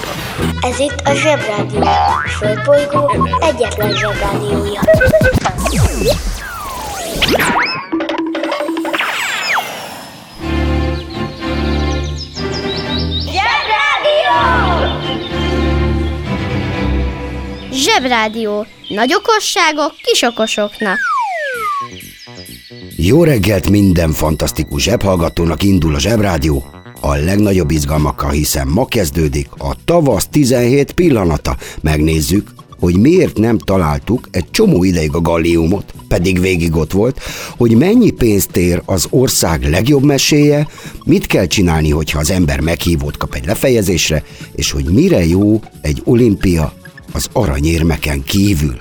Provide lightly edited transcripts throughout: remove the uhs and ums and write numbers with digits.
Ez itt a Zsebrádió, a Földbolygó egyetlen Zsebrádiója. Zsebrádió. Nagy okosságok kis okosoknak. Jó reggelt minden fantasztikus zsebhallgatónak, indul a Zsebrádió. A legnagyobb izgalmakkal, hiszen ma kezdődik a tavasz 17 pillanata. Megnézzük, hogy miért nem találtuk egy csomó ideig a galliumot, pedig végig ott volt, hogy mennyi pénzt ér az ország legjobb meséje, mit kell csinálni, hogyha az ember meghívót kap egy lefejezésre, és hogy mire jó egy olimpia az aranyérmeken kívül.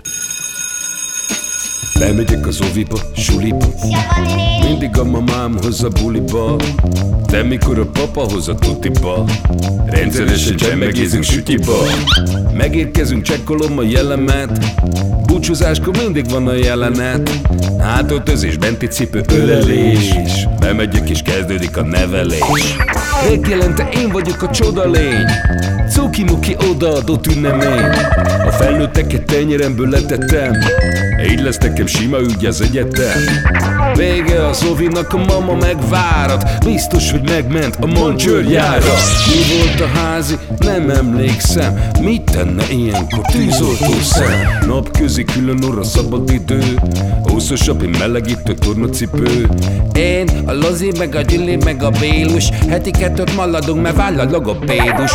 Bemegyek az oviba, suliba, mindig a mamám hoz a buliba, de mikor a papa hoz a tutiba, rendszeresen csemmegézünk sütyiba. Megérkezünk, csekkolom a jellemet, búcsúzáskor mindig van a jelenet, hátöltözés, benti cipő, ölelés, bemegyek és kezdődik a nevelés. Megjelente én vagyok a csodalény, cuki-muki odaadott ünnemény, a felnőtteket tenyeremből letettem, így lesz nekem sima ügy az egyetem. Vége az ovinak, a mama megvárat, biztos, hogy megment a mancsőrjára. Mi volt a házi? Nem emlékszem, mit tenne ilyenkor tűzoltó szem? Napközi külön orra szabadidő, húszosabb, melegítő tornacipő. Én, a Lozi, meg a Gyüli, meg a Bélus, heti kettőt maladunk, mert váll a logopédus.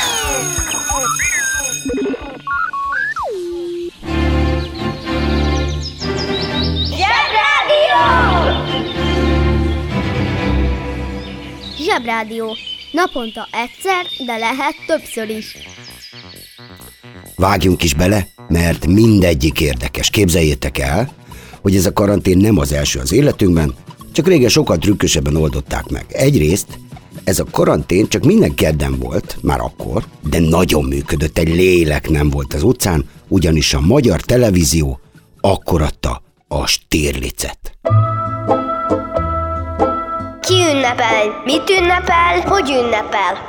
Zsebrádió. Naponta egyszer, de lehet többször is. Vágjunk is bele, mert mindegyik érdekes. Képzeljétek el, hogy ez a karantén nem az első az életünkben, csak régen sokkal trükkösebben oldották meg. Egyrészt ez a karantén csak minden kedden volt, már akkor, de nagyon működött, egy lélek nem volt az utcán, ugyanis a magyar televízió akkor adta a Stirlicet. Ki ünnepel? Mit ünnepel? Hogy ünnepel?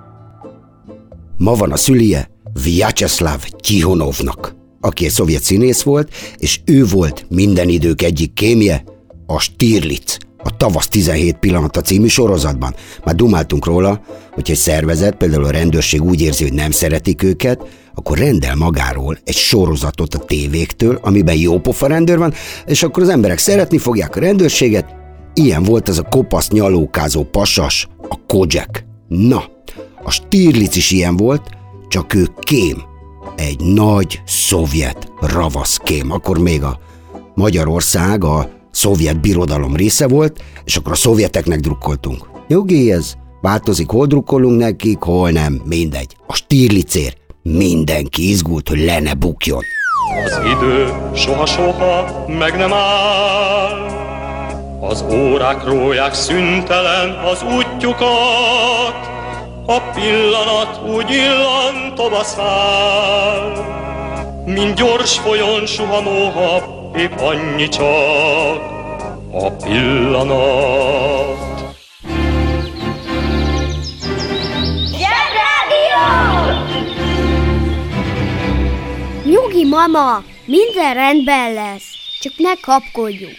Ma van a szülije Vyacheslav Tihonovnak, aki egy szovjet színész volt, és ő volt minden idők egyik kémje, a Stirlic, a Tavasz 17 pillanata című sorozatban. Már dumáltunk róla, hogy egy szervezet, például a rendőrség úgy érzi, hogy nem szeretik őket, akkor rendel magáról egy sorozatot a tévéktől, amiben jópofa rendőr van, és akkor az emberek szeretni fogják a rendőrséget. Ilyen volt az a kopasz nyalókázó pasas, a Kojak. Na, a Stirlic is ilyen volt, csak ő kém. Egy nagy szovjet ravaszkém. Akkor még a Magyarország a szovjet birodalom része volt, és akkor a szovjeteknek drukkoltunk. Jogi, ez változik, hol drukkolunk nekik, hol nem, mindegy. A Stirlicért mindenki izgult, hogy le ne bukjon. Az idő soha-soha meg nem áll, az órák róják szüntelen az útjukat, a pillanat úgy illantva száll, mint gyors folyón suhanó, épp annyi csak a pillanat. Zsebrádió! Nyugi, mama! Minden rendben lesz. Csak ne kapkodjunk.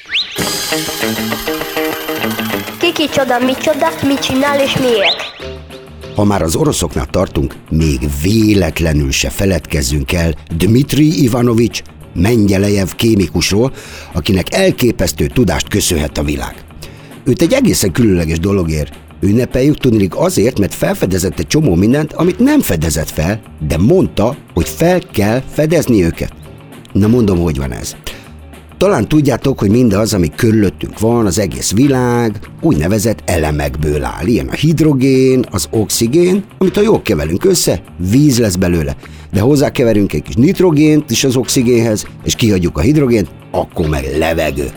Kicsoda, micsoda, mit csinál és miért? Ha már az oroszoknál tartunk, még véletlenül se feledkezzünk el Dmitri Ivanovics Mengyelejev kémikusról, akinek elképesztő tudást köszönhet a világ. Őt egy egészen különleges dologért ünnepeljük, tudniillik azért, mert felfedezett egy csomó mindent, amit nem fedezett fel, de mondta, hogy fel kell fedezni őket. Na mondom, hogy van ez. Talán tudjátok, hogy mindaz, ami körülöttünk van, az egész világ úgynevezett elemekből áll. Ilyen a hidrogén, az oxigén, amit ha jól keverünk össze, víz lesz belőle. De hozzákeverünk egy kis nitrogént is az oxigénhez, és kihagyjuk a hidrogént, akkor meg levegő.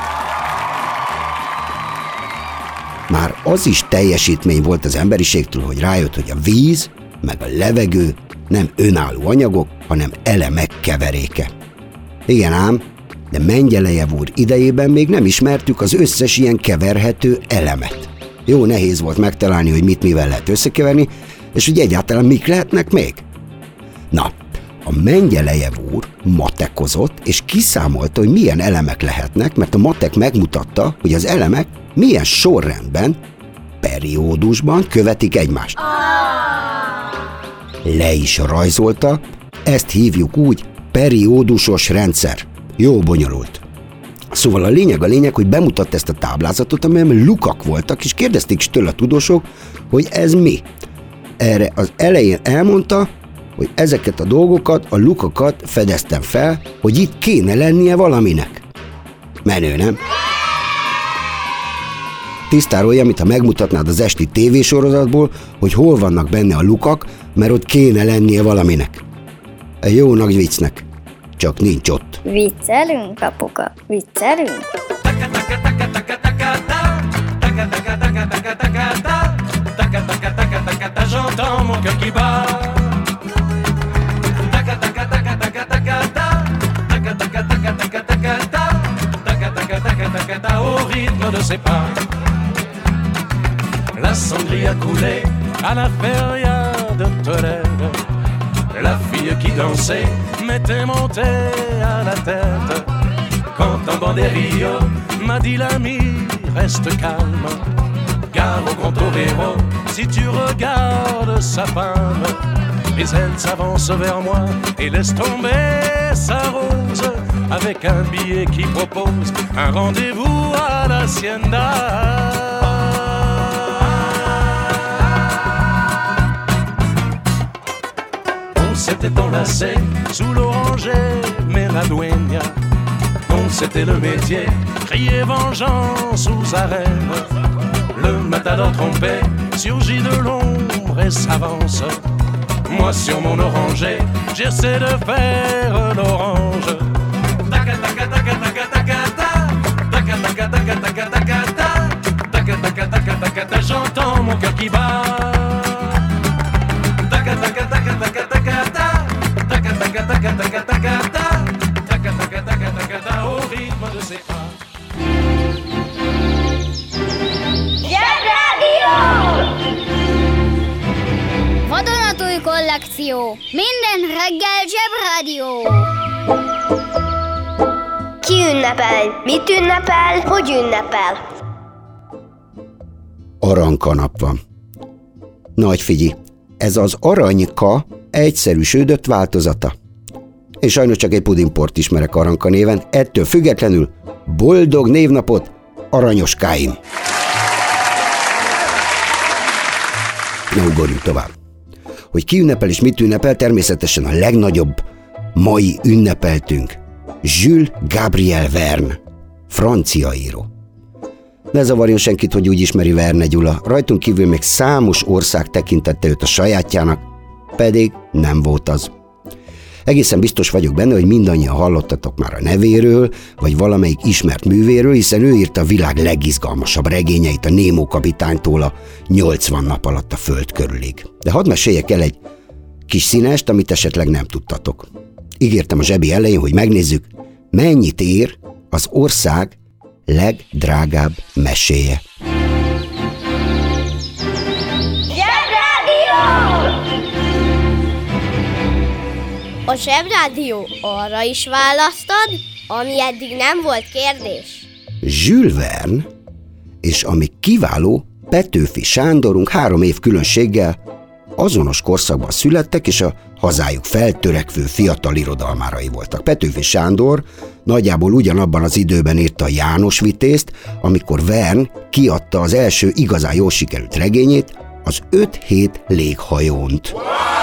Már az is teljesítmény volt az emberiségtől, hogy rájött, hogy a víz meg a levegő nem önálló anyagok, hanem elemek keveréke. Igen ám, de Mengyelejev úr idejében még nem ismertük az összes ilyen keverhető elemet. Jó nehéz volt megtalálni, hogy mit mivel lehet összekeverni, és hogy egyáltalán mik lehetnek még? Na, a Mengyelejev úr matekozott, és kiszámolta, hogy milyen elemek lehetnek, mert a matek megmutatta, hogy az elemek milyen sorrendben, periódusban követik egymást. Le is rajzolta, ezt hívjuk úgy periódusos rendszer. Jó bonyolult. Szóval a lényeg, hogy bemutatta ezt a táblázatot, amelyben lukak voltak, és kérdezték is tőle a tudósok, hogy ez mi. Erre az elején elmondta, hogy ezeket a dolgokat, a lukakat fedeztem fel, hogy itt kéne lennie valaminek. Menő, nem? Tisztára olyan, mintha megmutatnád az esti tévésorozatból, hogy hol vannak benne a lukak, mert ott kéne lennie valaminek. Egy jó nagy viccnek. Csak nincs ott. Viccelünk, apuka? Viccelünk? J'entends mon cœur qui bat. Au rythme de ses pas. La sangria coulait à la feria de Tolède. La fille qui dansait m'était montée à la tête. Quand un banderillo m'a dit l'ami, reste calme. Gare au grand torero, si tu regardes sa femme. Mais elle s'avance vers moi et laisse tomber sa rose. Avec un billet qui propose un rendez-vous à l'hacienda. On s'était enlacé sous l'oranger Meradueña. On c'était le métier, crier vengeance aux arènes. Le matador trompé surgit de l'ombre et s'avance. Moi sur mon oranger, j'essaie de faire l'orange. J'entends mon cœur qui bat. Au rythme de ses pas. Zsebrádió! Vadonatúj kollekció. Minden reggel Zsebrádió. Ki ünnepel? Mit ünnepel? Hogy ünnepel? Aranka nap van. Nagy figyelj, ez az aranyka egyszerűsödött változata. És sajnos csak egy pudingport ismerek Aranka néven, ettől függetlenül boldog névnapot, aranyoskáim! Na, ugorjunk tovább. Hogy ki ünnepel és mit ünnepel, természetesen a legnagyobb mai ünnepeltünk. Jules Gabriel Verne, francia író. Ne zavarjon senkit, hogy úgy ismeri Verne Gyula, rajtunk kívül még számos ország tekintette őt a sajátjának, pedig nem volt az. Egészen biztos vagyok benne, hogy mindannyian hallottatok már a nevéről, vagy valamelyik ismert művéről, hiszen ő írta a világ legizgalmasabb regényeit, a Némó kapitánytól a 80 nap alatt a föld körülig. De hadd meséljek el egy kis színest, amit esetleg nem tudtatok. Ígértem a zsebi elején, hogy megnézzük, mennyit ér az ország legdrágább meséje. A Zsebrádió arra is választad, ami eddig nem volt kérdés. Jules Verne és a még kiváló Petőfi Sándorunk 3 év különbséggel azonos korszakban születtek, és a hazájuk feltörekvő fiatal irodalmárai voltak. Petőfi Sándor nagyjából ugyanabban az időben írta a János Vitézt, amikor Verne kiadta az első igazán jól sikerült regényét, az 5-7 léghajónt.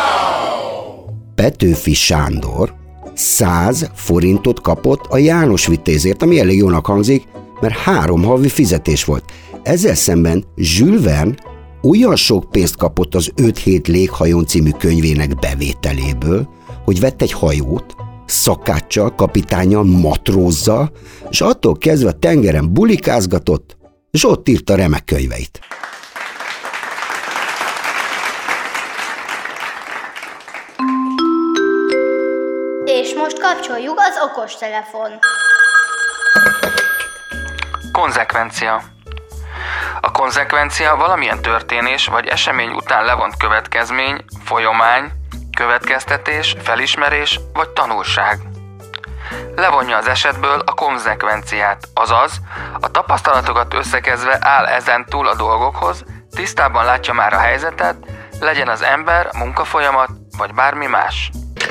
Petőfi Sándor 100 forintot kapott a János Vitézért, ami elég jónak hangzik, mert 3 havi fizetés volt. Ezzel szemben Jules Verne olyan sok pénzt kapott az 5-7 léghajón című könyvének bevételéből, hogy vett egy hajót, szakáccsal, kapitánnyal, matrózzal, és attól kezdve a tengeren bulikázgatott, és ott írta remek könyveit. És most kapcsoljuk az okostelefon. Konzekvencia. A konzekvencia valamilyen történés vagy esemény után levont következmény, folyamány, következtetés, felismerés vagy tanulság. Levonja az esetből a konzekvenciát, azaz a tapasztalatokat összekezve áll ezen túl a dolgokhoz, tisztában látja már a helyzetet, legyen az ember, munkafolyamat vagy bármi más.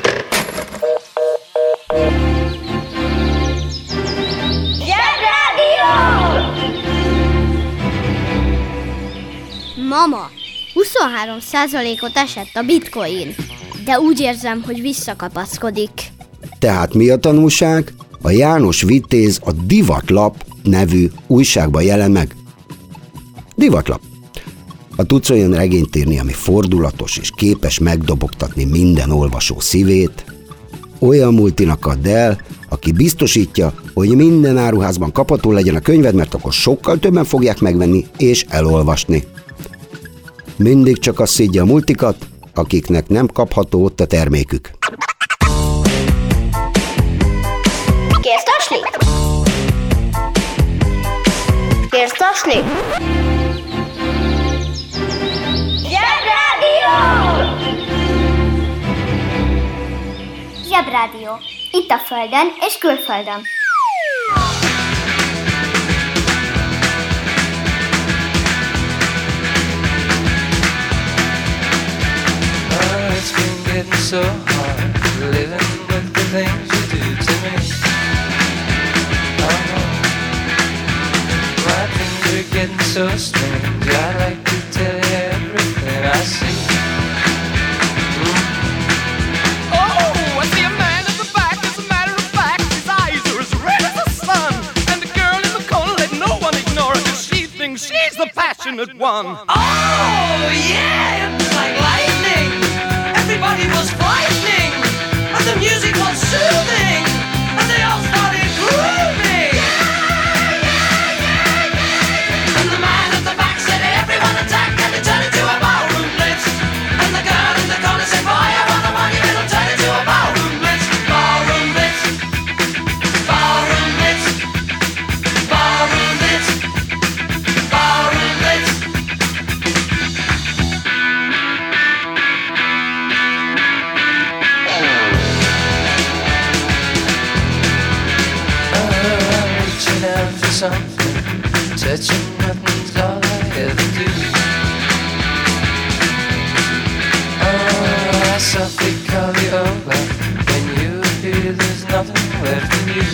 Mama, 23%-ot esett a bitcoin, de úgy érzem, hogy visszakapaszkodik. Tehát mi a tanulság? A János Vitéz a Divatlap nevű újságban jelen meg. Divatlap. Ha tudsz olyan regényt írni, ami fordulatos és képes megdobogtatni minden olvasó szívét, olyan multinak add el, aki biztosítja, hogy minden áruházban kapható legyen a könyved, mert akkor sokkal többen fogják megvenni és elolvasni. Mindig csak azt szidja a multikat, akiknek nem kapható ott a termékük. Kérsz tasni? Kérsz tasni? Zsebrádió! Zsebrádió. Itt a földön és külföldön. It's been getting so hard living with the things you do to me. My things are getting so strange. I like to tell you everything I see. Oh, I see a man in the back. As a matter of fact, his eyes are as red as the sun. And the girl in the corner, let no one ignore her, 'cause she thinks she's the passionate one. Oh yeah, it's like lightning. Everybody was frightening, and the music was soothing, and they all started grooving. And the man at the back said, everyone attack, and it turned into a ballroom blitz. And the girl in the corner said, fire on the money, it'll turn into a ballroom blitz. Ballroom blitz, ballroom blitz, ballroom blitz, ballroom blitz. Reaching out for something, touching nothing's all I ever do. Oh, I softly call you over, when you appear there's nothing left in you.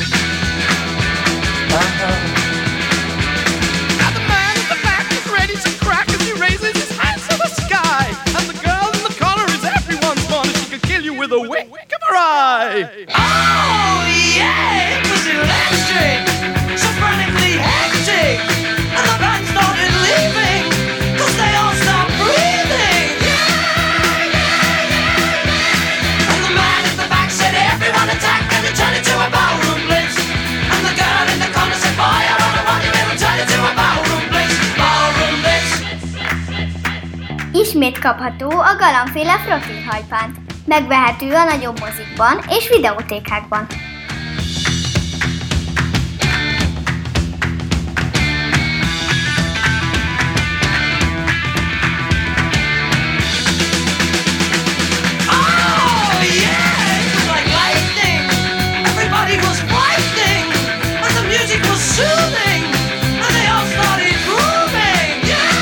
Now the man in the back is ready to crack as he raises his hands to the sky. And the girl in the corner is everyone's fun, and she could kill you with a wink of her eye. Oh yeah, it was electric, so frantically hectic, and the band started leaving, 'cause they all stopped breathing. And the man at the back said, everyone attack, and it turned into a ballroom blitz. And the girl in the corner said, fire on the money, it'll turn into a ballroom blitz. Ballroom blitz. Ismét kapható a Galambféle frottinhajpánt. Megvehető a nagyobb mozikban és videótékákban. Oh yeah, it was like lightning. Everybody was frightening, and the music was soothing, and they all started grooving.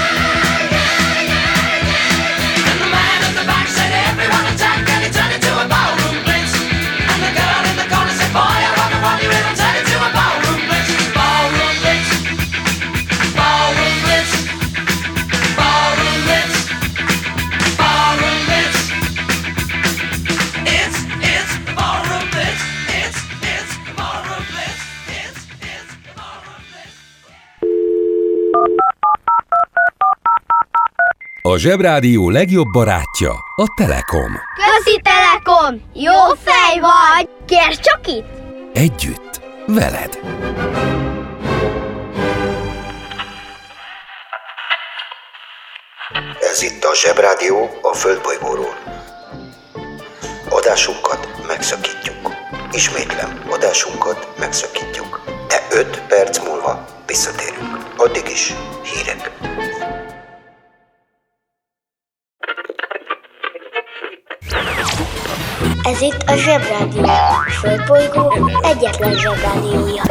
And the man at the back said, everyone attack, and it turned into a ballroom blitz. And the girl in the corner said, fire on the money, it'll turn into a ballroom blitz. Ballroom blitz, ballroom blitz, ballroom blitz, ballroom blitz. It's the ballroom blitz. It's the ballroom blitz. It's the ballroom blitz. A Zsebrádió legjobb barátja a Telekom. Közi Telekom! Jó fej vagy! Kérsz csak itt! Együtt, veled. Ez itt a Zsebrádió a Földbolygóról. Adásunkat megszakítjuk. Ismétlem, adásunkat megszakítjuk. De 5 perc múlva visszatérünk. Addig is hírek. Ez itt a Zsebrádió, a Földbolygó egyetlen Zsebrádiója.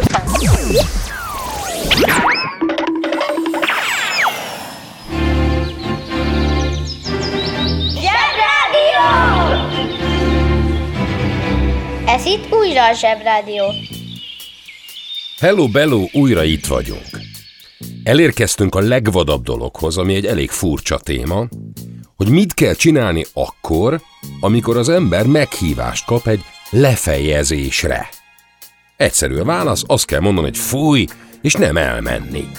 Zsebrádió! Ez itt újra a Zsebrádió. Hello, bello, újra itt vagyunk. Elérkeztünk a legvadabb dologhoz, ami egy elég furcsa téma, hogy mit kell csinálni akkor, amikor az ember meghívást kap egy lefejezésre. Egyszerű a válasz, azt kell mondani, hogy fúj, és nem elmenni.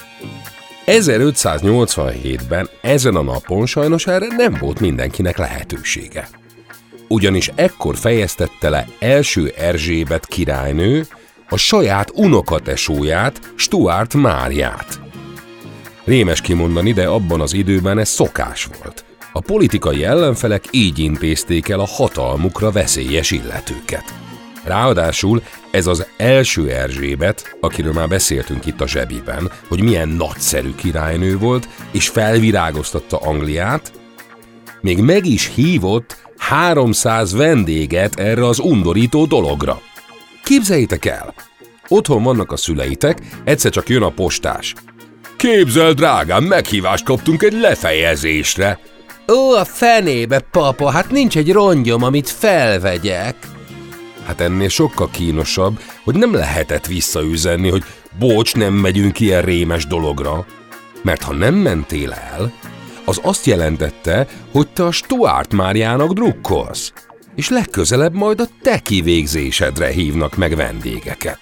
1587-ben ezen a napon sajnos erre nem volt mindenkinek lehetősége. Ugyanis ekkor fejeztette le első Erzsébet királynő a saját unokatesóját, Stuart Máriát. Rémes kimondani, de abban az időben ez szokás volt. A politikai ellenfelek így intézték el a hatalmukra veszélyes illetőket. Ráadásul ez az első Erzsébet, akiről már beszéltünk itt a Zsebiben, hogy milyen nagyszerű királynő volt, és felvirágoztatta Angliát, még meg is hívott 300 vendéget erre az undorító dologra. Képzeljétek el! Otthon vannak a szüleitek, egyszer csak jön a postás. Képzeld, drágám, meghívást kaptunk egy lefejezésre. Ó, a fenébe, papa, hát nincs egy rongyom, amit felvegyek. Hát ennél sokkal kínosabb, hogy nem lehetett visszaüzenni, hogy bocs, nem megyünk ilyen rémes dologra. Mert ha nem mentél el, az azt jelentette, hogy te a Stuart Máriának drukkolsz, és legközelebb majd a te kivégzésedre hívnak meg vendégeket.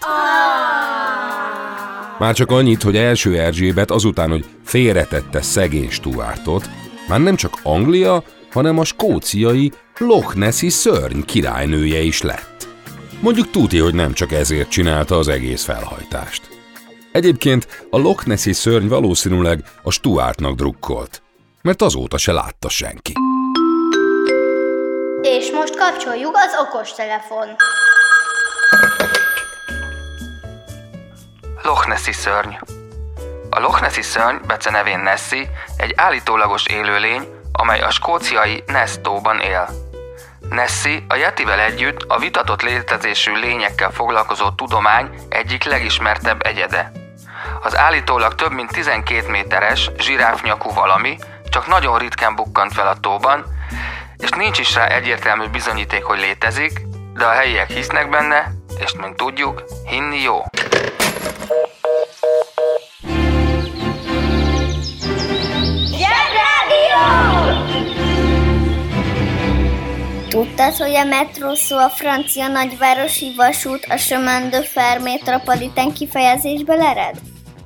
Már csak annyit, hogy első Erzsébet azután, hogy félretette szegény Stuartot, már nem csak Anglia, hanem a skóciai Loch Nessi szörny királynője is lett. Mondjuk tuti, hogy nem csak ezért csinálta az egész felhajtást. Egyébként a Loch Nessi szörny valószínűleg a Stuartnak drukkolt, mert azóta se látta senki. És most kapcsoljuk az okostelefon. Loch Nessi szörny. A Loch Nessi szörny, becenevén Nessie, egy állítólagos élőlény, amely a skóciai Ness-tóban él. Nessie a Yetivel együtt a vitatott létezésű lényekkel foglalkozó tudomány egyik legismertebb egyede. Az állítólag több mint 12 méteres, zsiráfnyakú valami csak nagyon ritkán bukkant fel a tóban, és nincs is rá egyértelmű bizonyíték, hogy létezik, de a helyiek hisznek benne, és mint tudjuk, hinni jó. Tudtad, hogy a metró szó a francia nagyvárosi vasút a chemin de fer métropolitain kifejezésből ered?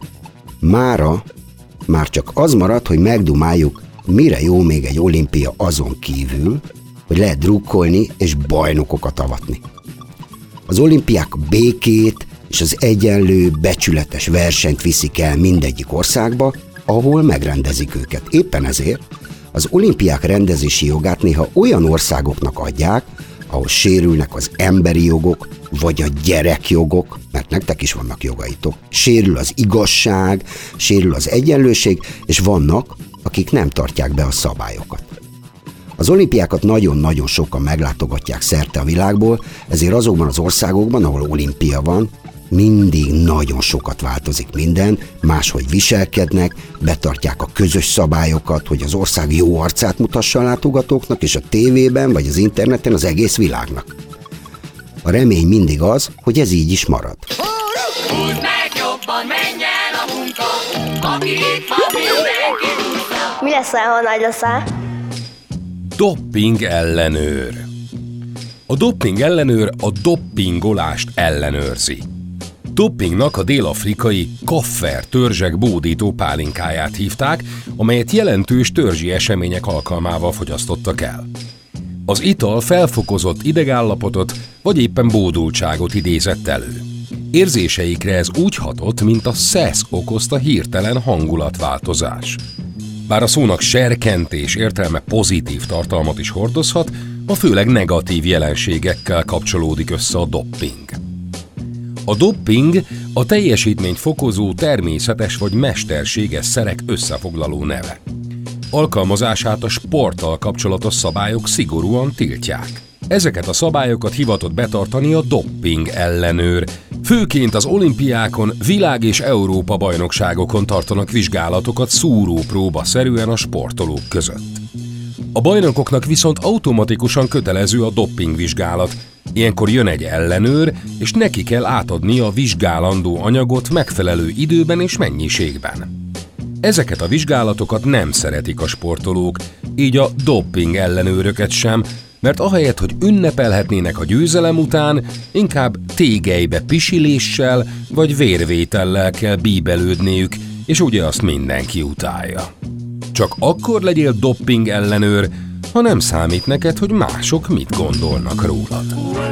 Mára már csak az maradt, hogy megdumáljuk, mire jó még egy olimpia azon kívül, hogy lehet drukkolni és bajnokokat avatni. Az olimpiák békét és az egyenlő, becsületes versenyt viszik el mindegyik országba, ahol megrendezik őket. Éppen ezért az olimpiák rendezési jogát néha olyan országoknak adják, ahol sérülnek az emberi jogok, vagy a gyerekjogok, mert nektek is vannak jogaitok, sérül az igazság, sérül az egyenlőség, és vannak, akik nem tartják be a szabályokat. Az olimpiákat nagyon-nagyon sokan meglátogatják szerte a világból, ezért azokban az országokban, ahol olimpia van, mindig nagyon sokat változik minden, máshogy viselkednek, betartják a közös szabályokat, hogy az ország jó arcát mutassa a látogatóknak, és a tévében vagy az interneten az egész világnak. A remény mindig az, hogy ez így is marad. Húzd meg jobban, menjen a munka, aki itt van, mindenki húzza. Mi leszel, ha nagy leszel? Dopping ellenőr. A dopping ellenőr a doppingolást ellenőrzi. Doppingnak a dél-afrikai kaffer törzsek bódító pálinkáját hívták, amelyet jelentős törzsi események alkalmával fogyasztottak el. Az ital felfokozott idegállapotot vagy éppen bódultságot idézett elő. Érzéseikre ez úgy hatott, mint a szesz okozta hirtelen hangulatváltozás. Bár a szónak serkentés értelme pozitív tartalmat is hordozhat, a főleg negatív jelenségekkel kapcsolódik össze a dopping. A dopping A teljesítményt fokozó természetes vagy mesterséges szerek összefoglaló neve. Alkalmazását a sporttal kapcsolatos szabályok szigorúan tiltják. Ezeket a szabályokat hivatott betartani a dopping ellenőr. Főként az olimpiákon, világ- és Európa-bajnokságokon tartanak vizsgálatokat szúrópróba-szerűen a sportolók között. A bajnokoknak viszont automatikusan kötelező a doppingvizsgálat. Ilyenkor jön egy ellenőr, és neki kell átadni a vizsgálandó anyagot megfelelő időben és mennyiségben. Ezeket a vizsgálatokat nem szeretik a sportolók, így a dopping ellenőröket sem, mert ahelyett, hogy ünnepelhetnének a győzelem után, inkább tégelybe pisiléssel vagy vérvétellel kell bíbelődniük, és ugye azt mindenki utálja. Csak akkor legyél dopping ellenőr, ha nem számít neked, hogy mások mit gondolnak rólad.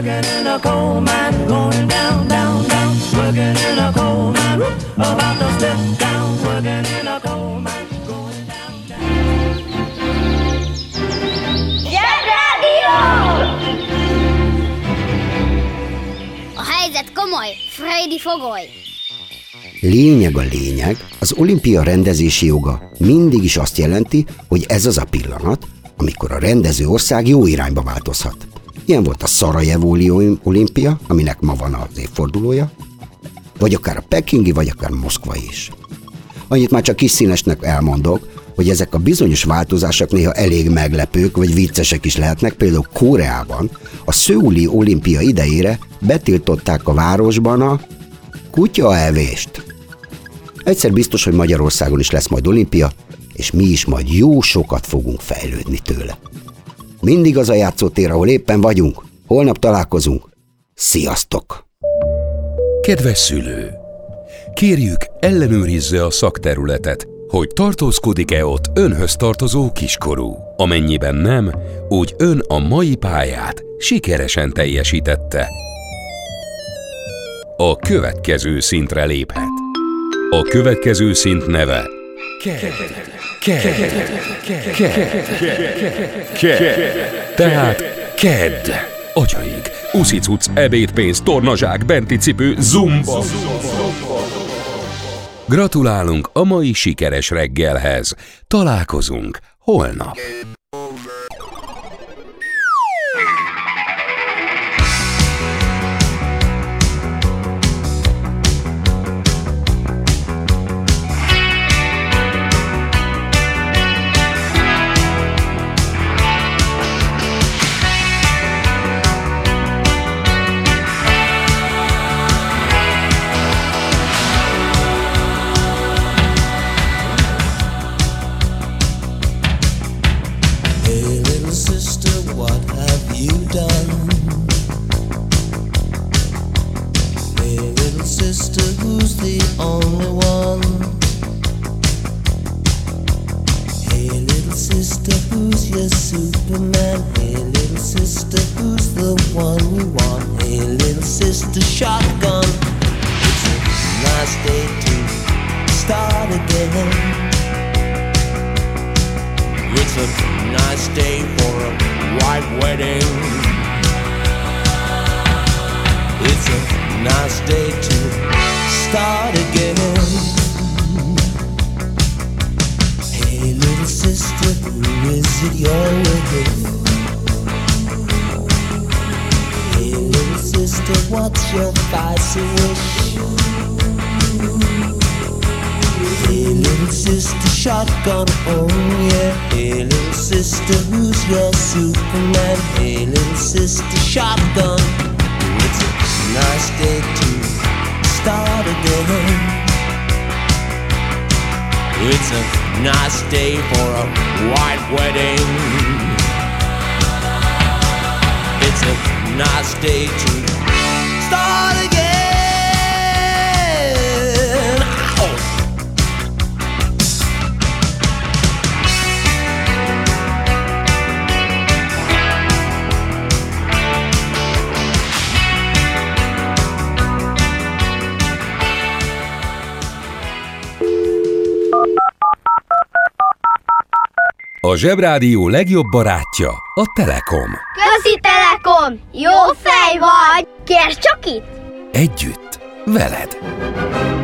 A helyzet komoly, Freddy fogoly! Lényeg a lényeg, az olimpia rendezési joga mindig is azt jelenti, hogy ez az a pillanat, amikor a rendező ország jó irányba változhat. Ilyen volt a Szarajevói olimpia, aminek ma van az évfordulója, vagy akár a pekingi, vagy akár moszkvai is. Annyit már csak kis színesnek elmondok, hogy ezek a bizonyos változások néha elég meglepők, vagy viccesek is lehetnek. Például Koreában a szöuli olimpia idejére betiltották a városban a kutyaevést. Egyszer biztos, hogy Magyarországon is lesz majd olimpia, és mi is majd jó sokat fogunk fejlődni tőle. Mindig az a játszótér, ahol éppen vagyunk. Holnap találkozunk. Sziasztok! Kedves szülő! Kérjük, ellenőrizze a szakterületet, hogy tartózkodik-e ott önhöz tartozó kiskorú. Amennyiben nem, úgy ön a mai pályát sikeresen teljesítette. A következő szintre léphet. A következő szint neve Tehát kedd. Agyaig, uszicuc, ebédpénz, tornazsák, benti cipő, zumba. Gratulálunk a mai sikeres reggelhez. Találkozunk holnap. What's your spicy wish? Hey little sister, shotgun, oh yeah. Hey little sister, who's your Superman? Hey little sister, shotgun. It's a nice day to start again. It's a nice day for a white wedding. It's a nice day to start again. Ow. A Zsebrádió legjobb barátja a Telekom. Közi Telekom! Jó fej vagy! Kérd csak itt! Együtt veled.